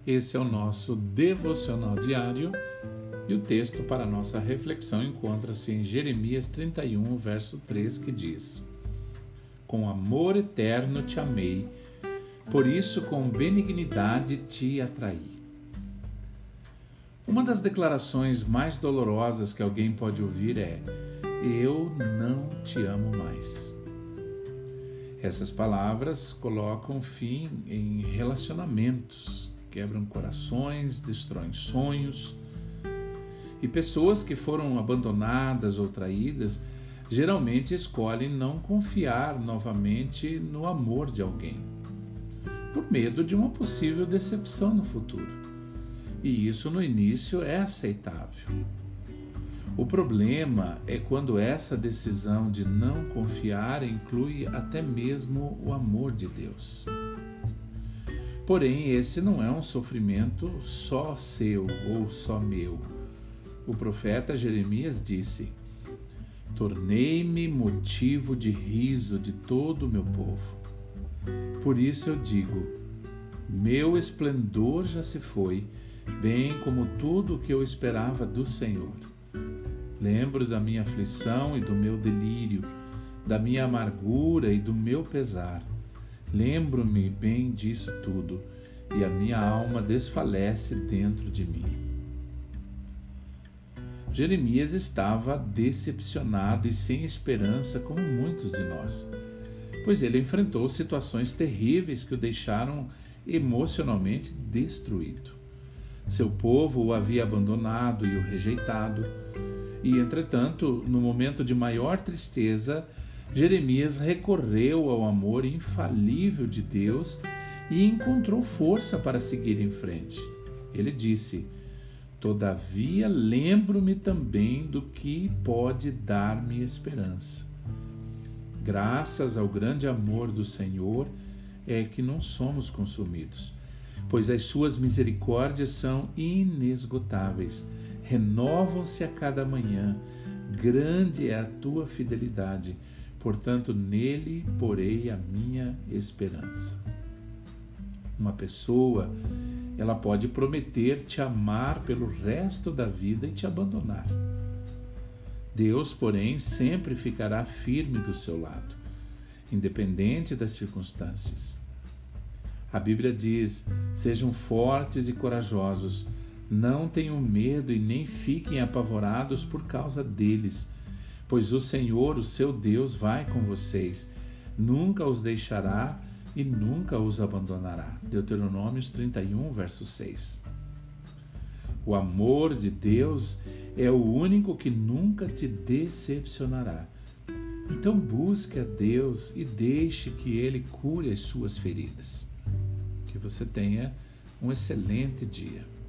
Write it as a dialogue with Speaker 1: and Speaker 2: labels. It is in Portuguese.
Speaker 1: Esse é o nosso devocional diário e o texto para a nossa reflexão encontra-se em Jeremias 31, verso 3, que diz: Com amor eterno te amei, por isso com benignidade te atraí. Uma das declarações mais dolorosas que alguém pode ouvir é: eu não te amo mais. Essas palavras colocam fim em relacionamentos, quebram corações, destroem sonhos. E pessoas que foram abandonadas ou traídas geralmente escolhem não confiar novamente no amor de alguém, por medo de uma possível decepção no futuro. E isso no início é aceitável. O problema é quando essa decisão de não confiar inclui até mesmo o amor de Deus. Porém, esse não é um sofrimento só seu ou só meu. O profeta Jeremias disse: tornei-me motivo de riso de todo o meu povo. Por isso eu digo: meu esplendor já se foi, bem como tudo o que eu esperava do Senhor. Lembro da minha aflição e do meu delírio, da minha amargura e do meu pesar. Lembro-me bem disso tudo, e a minha alma desfalece dentro de mim. Jeremias estava decepcionado e sem esperança, como muitos de nós, pois ele enfrentou situações terríveis que o deixaram emocionalmente destruído. Seu povo o havia abandonado e o rejeitado. E, entretanto, no momento de maior tristeza, Jeremias recorreu ao amor infalível de Deus e encontrou força para seguir em frente. Ele disse: todavia lembro-me também do que pode dar-me esperança. Graças ao grande amor do Senhor é que não somos consumidos, pois as suas misericórdias são inesgotáveis. Renovam-se a cada manhã, grande é a tua fidelidade, portanto nele porei a minha esperança. Uma pessoa, ela pode prometer te amar pelo resto da vida e te abandonar. Deus, porém, sempre ficará firme do seu lado, independente das circunstâncias. A Bíblia diz: sejam fortes e corajosos, não tenham medo e nem fiquem apavorados por causa deles, pois o Senhor, o seu Deus, vai com vocês, nunca os deixará e nunca os abandonará. Deuteronômios 31, verso 6. O amor de Deus é o único que nunca te decepcionará. Então busque a Deus e deixe que Ele cure as suas feridas. Que você tenha um excelente dia.